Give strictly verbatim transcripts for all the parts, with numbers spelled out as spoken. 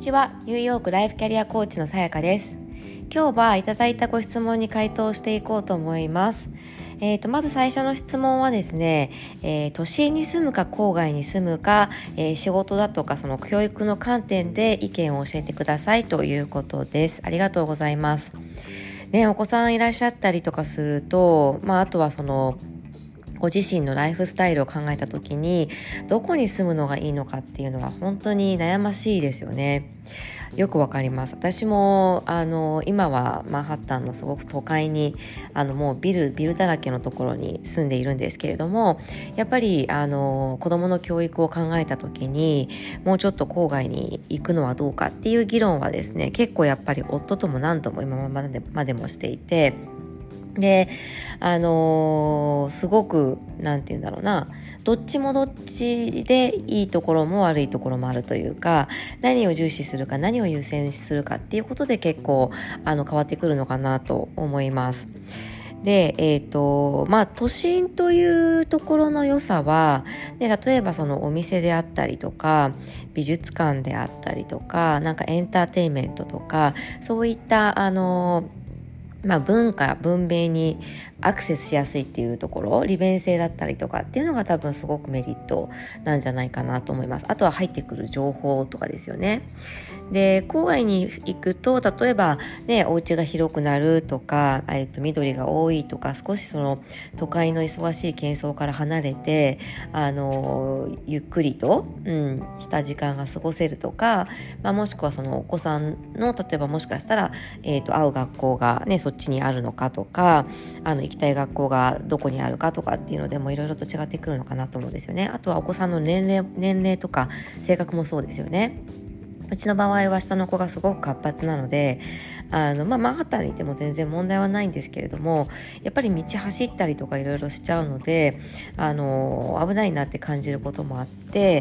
ちは。ニューヨークライフキャリアコーチのさやかです。今日はいただいたご質問に回答していこうと思います。えー、とまず最初の質問はですね、えー、都心に住むか郊外に住むか、えー、仕事だとかその教育の観点で意見を教えてくださいということです。ありがとうございます。ね、お子さんいらっしゃったりとかすると、まあ、あとはそのご自身のライフスタイルを考えたときにどこに住むのがいいのかっていうのは本当に悩ましいですよね。よくわかります。私もあの今はマンハッタンのすごく都会にあのもうビルビルだらけのところに住んでいるんですけれども、やっぱりあの子どもの教育を考えたときにもうちょっと郊外に行くのはどうかっていう議論はですね、結構やっぱり夫とも何度も今までまでもしていて、で、あのー、すごくなんて言うんだろうな、どっちもどっちでいいところも悪いところもあるというか、何を重視するか何を優先するかっていうことで結構あの変わってくるのかなと思います。で、えっと、まあ、都心というところの良さは、で、例えばそのお店であったりとか、美術館であったりとか、なんかエンターテインメントとか、そういった、あの、まあ、文化文明にアクセスしやすいっていうところ、利便性だったりとかっていうのが多分すごくメリットなんじゃないかなと思います。あとは入ってくる情報とかですよね。で、郊外に行くと例えばね、お家が広くなるとか、えっと、緑が多いとか、少しその都会の忙しい喧騒から離れてあのゆっくりと、うん、した時間が過ごせるとか、まあ、もしくはそのお子さんの例えばもしかしたら、えっと、会う学校がねそっちにあるのかとか、あの行きたい学校がどこにあるかとかっていうのでもいろいろと違ってくるのかなと思うんですよね。あとはお子さんの年齢、年齢とか性格もそうですよね。うちの場合は下の子がすごく活発なので、あの、まあ、マンハッタンにいても全然問題はないんですけれども、やっぱり道走ったりとかいろいろしちゃうので、あの危ないなって感じることもあって、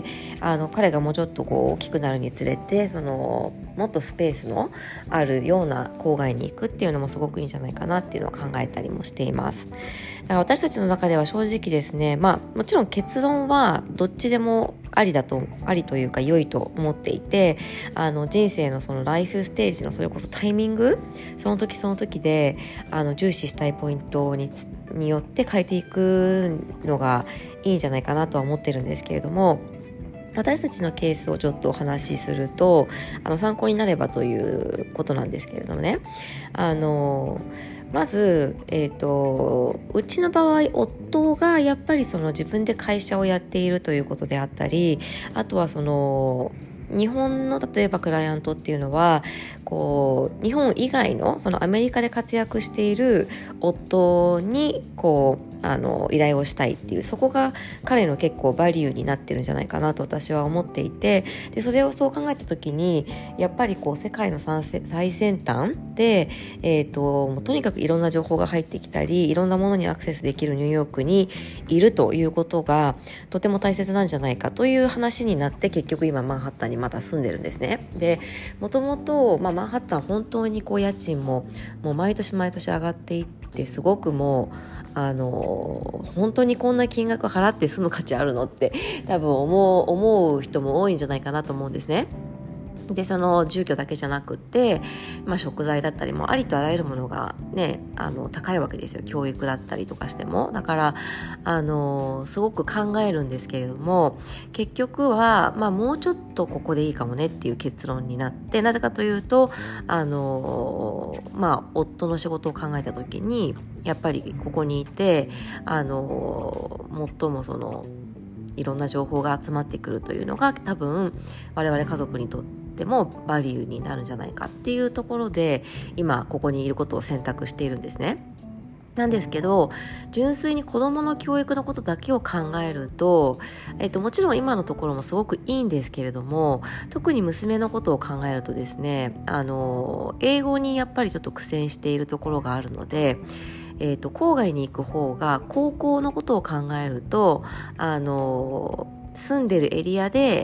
あの彼がもうちょっとこう大きくなるにつれて、そのもっとスペースのあるような郊外に行くっていうのもすごくいいんじゃないかなっていうのを考えたりもしています。だから私たちの中では正直ですね、まあもちろん結論はどっちでもありだとありというか良いと思っていて、あの人生のそのライフステージのそれこそタイミング、その時その時であの重視したいポイントにによって変えていくのがいいんじゃないかなとは思ってるんですけれども、私たちのケースをちょっとお話しするとあの参考になればということなんですけれどもね、あのまず、えーと、うちの場合夫がやっぱりその自分で会社をやっているということであったり、あとはその日本の例えばクライアントっていうのはこう日本以外のそのアメリカで活躍している夫にこうあの依頼をしたいっていう、そこが彼の結構バリューになってるんじゃないかなと私は思っていて、でそれをそう考えた時にやっぱりこう世界の最先端で、えーと、もうとにかくいろんな情報が入ってきたりいろんなものにアクセスできるニューヨークにいるということがとても大切なんじゃないかという話になって、結局今マンハッタンにまた住んでるんですね。でもともと、まあ、マンハッタン本当にこう家賃ももう毎年毎年上がっていって、すごくもうあの本当にこんな金額払って住む価値あるのって多分思う、思う人も多いんじゃないかなと思うんですね。でその住居だけじゃなくって、まあ、食材だったりもありとあらゆるものがねあの高いわけですよ。教育だったりとかしても。だからあのすごく考えるんですけれども、結局は、まあ、もうちょっとここでいいかもねっていう結論になって、なぜかというとあの、まあ、夫の仕事を考えた時にやっぱりここにいてあの最もそのいろんな情報が集まってくるというのが多分我々家族にとってでもバリューになるんじゃないかっていうところで今ここにいることを選択しているんですね。なんですけど、純粋に子どもの教育のことだけを考えると、えっと、もちろん今のところもすごくいいんですけれども、特に娘のことを考えるとですね、あの英語にやっぱりちょっと苦戦しているところがあるので、えっと、郊外に行く方が高校のことを考えるとあの住んでるエリアで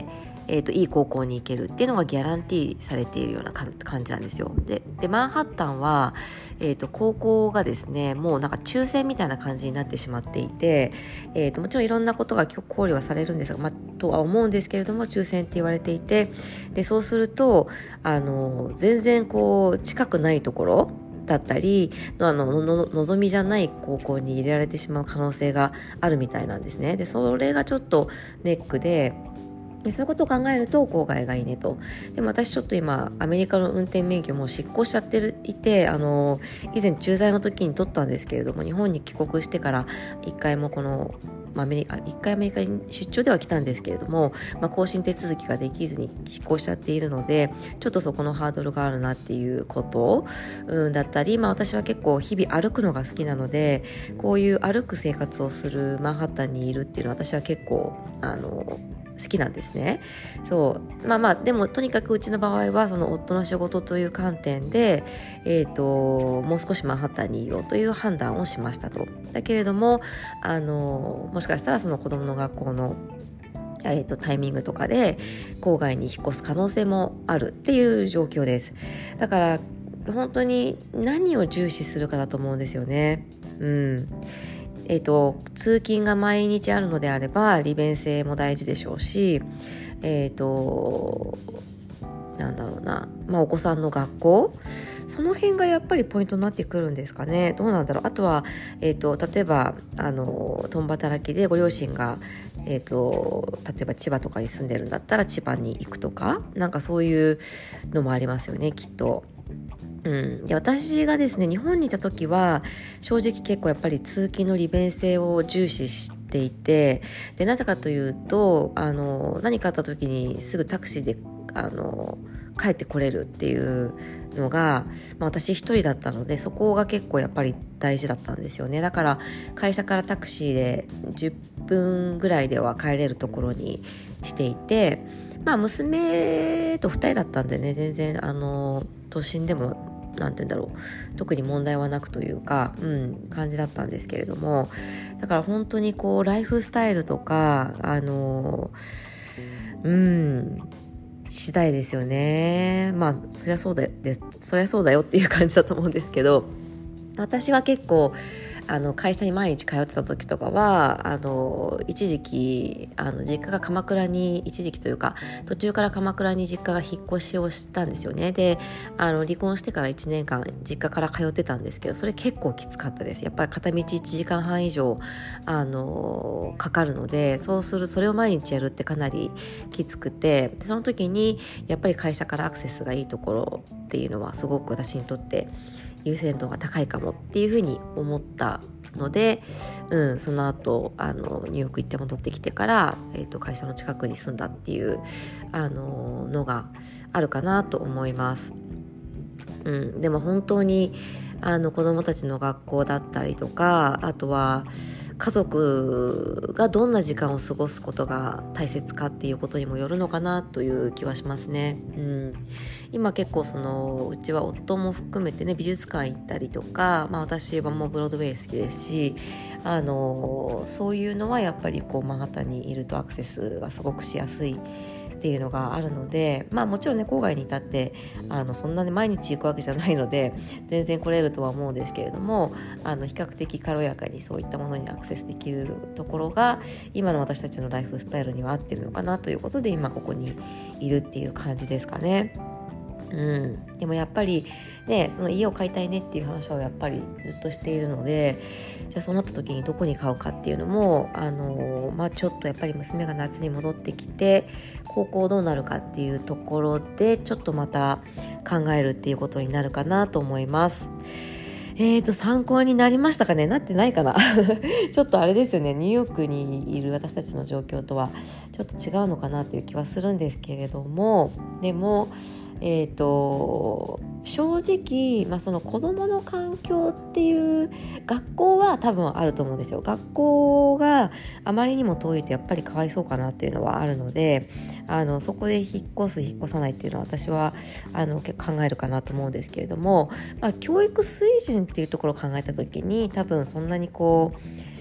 えーと、いい高校に行けるっていうのがギャランティーされているような感じなんですよ。で、でマンハッタンは、えーと、高校がですねもうなんか抽選みたいな感じになってしまっていて、えーと、もちろんいろんなことが考慮はされるんですが、まあ、とは思うんですけれども抽選って言われていて、でそうするとあの全然こう近くないところだったりのあののの望みじゃない高校に入れられてしまう可能性があるみたいなんですね。でそれがちょっとネックででそういうことを考えると郊外がいいねと。でも私ちょっと今アメリカの運転免許も失効しちゃっていて、あの以前駐在の時に取ったんですけれども、日本に帰国してから一回もこのアメリカ一回アメリカに出張では来たんですけれども、まあ、更新手続きができずに失効しちゃっているので、ちょっとそこのハードルがあるなっていうこと、うん、だったり、まあ、私は結構日々歩くのが好きなので、こういう歩く生活をするマンハッタンにいるっていうのは私は結構あの好きなんですね。そうまあまあでもとにかくうちの場合はその夫の仕事という観点で、えーと、もう少しマンハッタンにいようという判断をしましたと。だけれどもあのもしかしたらその子どもの学校のえーと、タイミングとかで郊外に引っ越す可能性もあるっていう状況です。だから本当に何を重視するかだと思うんですよね。うんえーと、通勤が毎日あるのであれば利便性も大事でしょうし、えーと、なんだろうな、まあ、お子さんの学校、その辺がやっぱりポイントになってくるんですかね。どうなんだろう。あとは、えーと、例えばあの共働きでご両親が、えーと、例えば千葉とかに住んでるんだったら千葉に行くとか、なんかそういうのもありますよね、きっと。うん、で私がですね日本にいた時は正直結構やっぱり通勤の利便性を重視していて、でなぜかというとあの何かあった時にすぐタクシーであの帰ってこれるっていうのが、まあ、私一人だったのでそこが結構やっぱり大事だったんですよね。だから会社からタクシーでじゅっぷんぐらいでは帰れるところにしていて、まあ娘とふたりだったんでね全然あの都心でもなんて言うんだろう特に問題はなくというか、うん、感じだったんですけれども、だから本当にこうライフスタイルとかあのうん次第ですよね。まあそりゃそうだよでそりゃそうだよっていう感じだと思うんですけど、私は結構あの会社に毎日通ってた時とかはあの一時期あの実家が鎌倉に一時期というか途中から鎌倉に実家が引っ越しをしたんですよね。であの離婚してからいちねんかん実家から通ってたんですけど、それ結構きつかったです。やっぱり片道いちじかんはん以上あのかかるので、そうするそれを毎日やるってかなりきつくて、でその時にやっぱり会社からアクセスがいいところっていうのはすごく私にとって優先度が高いかもっていうふうに思ったので、うん、その後あのニューヨーク行って戻ってきてから、えーと、会社の近くに住んだっていうあののがあるかなと思います。うん、でも本当にあの子どもたちの学校だったりとか、あとは家族がどんな時間を過ごすことが大切かっていうことにもよるのかなという気はしますね。うん、今結構そのうちは夫も含めてね美術館行ったりとか、まあ、私はもうブロードウェイ好きですし、あのそういうのはやっぱりこうマンハッタンにいるとアクセスがすごくしやすいっていうのがあるので、まあもちろんね郊外にいたってあのそんなに毎日行くわけじゃないので全然来れるとは思うんですけれども、あの比較的軽やかにそういったものにアクセスできるところが今の私たちのライフスタイルには合ってるのかなということで今ここにいるっていう感じですかね。うん、でもやっぱりねその家を買いたいねっていう話をやっぱりずっとしているので、じゃあそうなった時にどこに買うかっていうのもあの、まあ、ちょっとやっぱり娘が夏に戻ってきて高校どうなるかっていうところでちょっとまた考えるっていうことになるかなと思います。えーと参考になりましたかね。なってないかなちょっとあれですよね、ニューヨークにいる私たちの状況とはちょっと違うのかなという気はするんですけれども、でもえーと正直、まあ、その子どもの環境っていう学校は多分あると思うんですよ。学校があまりにも遠いとやっぱりかわいそうかなっていうのはあるので、あのそこで引っ越す引っ越さないっていうのは私はあの結構考えるかなと思うんですけれども、まあ、教育水準っていうところを考えた時に多分そんなにこう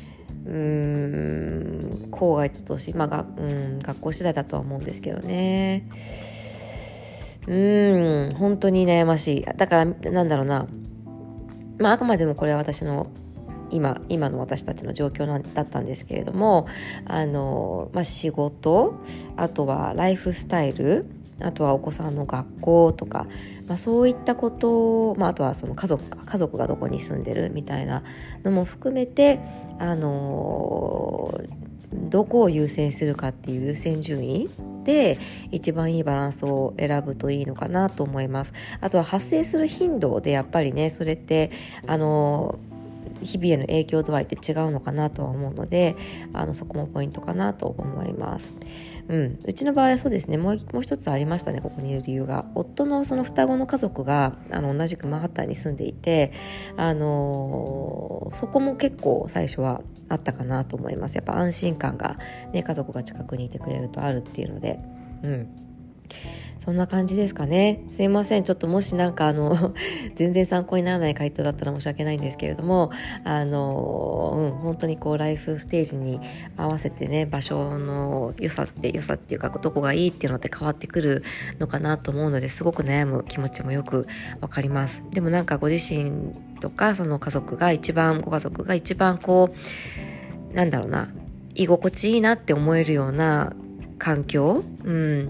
うーん郊外と都市、まあがうん、学校次第だとは思うんですけどね。うーん本当に悩ましい。だからなんだろうな、まあ、あくまでもこれは私の今今の私たちの状況なんだったんですけれども、あの、まあ、仕事、あとはライフスタイル、あとはお子さんの学校とか、まあ、そういったことを、まあ、あとはその家族か家族がどこに住んでるみたいなのも含めて、あのどこを優先するかっていう優先順位で一番いいバランスを選ぶといいのかなと思います。あとは発生する頻度でやっぱりね、それってあの日々への影響度合いって違うのかなとは思うので、あのそこもポイントかなと思います。うん、うちの場合はそうですね、もう、もう一つありましたね、ここにいる理由が。夫のその双子の家族があの同じくマンハッタンに住んでいて、あのー、そこも結構最初はあったかなと思います。やっぱ安心感が、ね、家族が近くにいてくれるとあるっていうので、うんそんな感じですかね。すいません、ちょっともしなんかあの全然参考にならない回答だったら申し訳ないんですけれども、あの、うん、本当にこうライフステージに合わせてね、場所の良さって良さっていうかどこがいいっていうのって変わってくるのかなと思うので、すごく悩む気持ちもよくわかります。でもなんかご自身とかその家族が一番ご家族が一番こうなんだろうな、居心地いいなって思えるような環境、うん、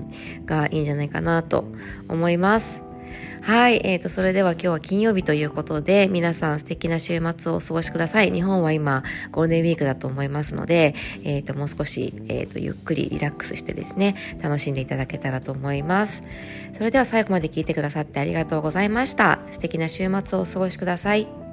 がいいんじゃないかなと思います。はい、えーと、それでは今日は金曜日ということで、皆さん素敵な週末をお過ごしください。日本は今ゴールデンウィークだと思いますので、えーと、もう少し、えーと、ゆっくりリラックスしてですね、楽しんでいただけたらと思います。それでは最後まで聞いてくださってありがとうございました。素敵な週末をお過ごしください。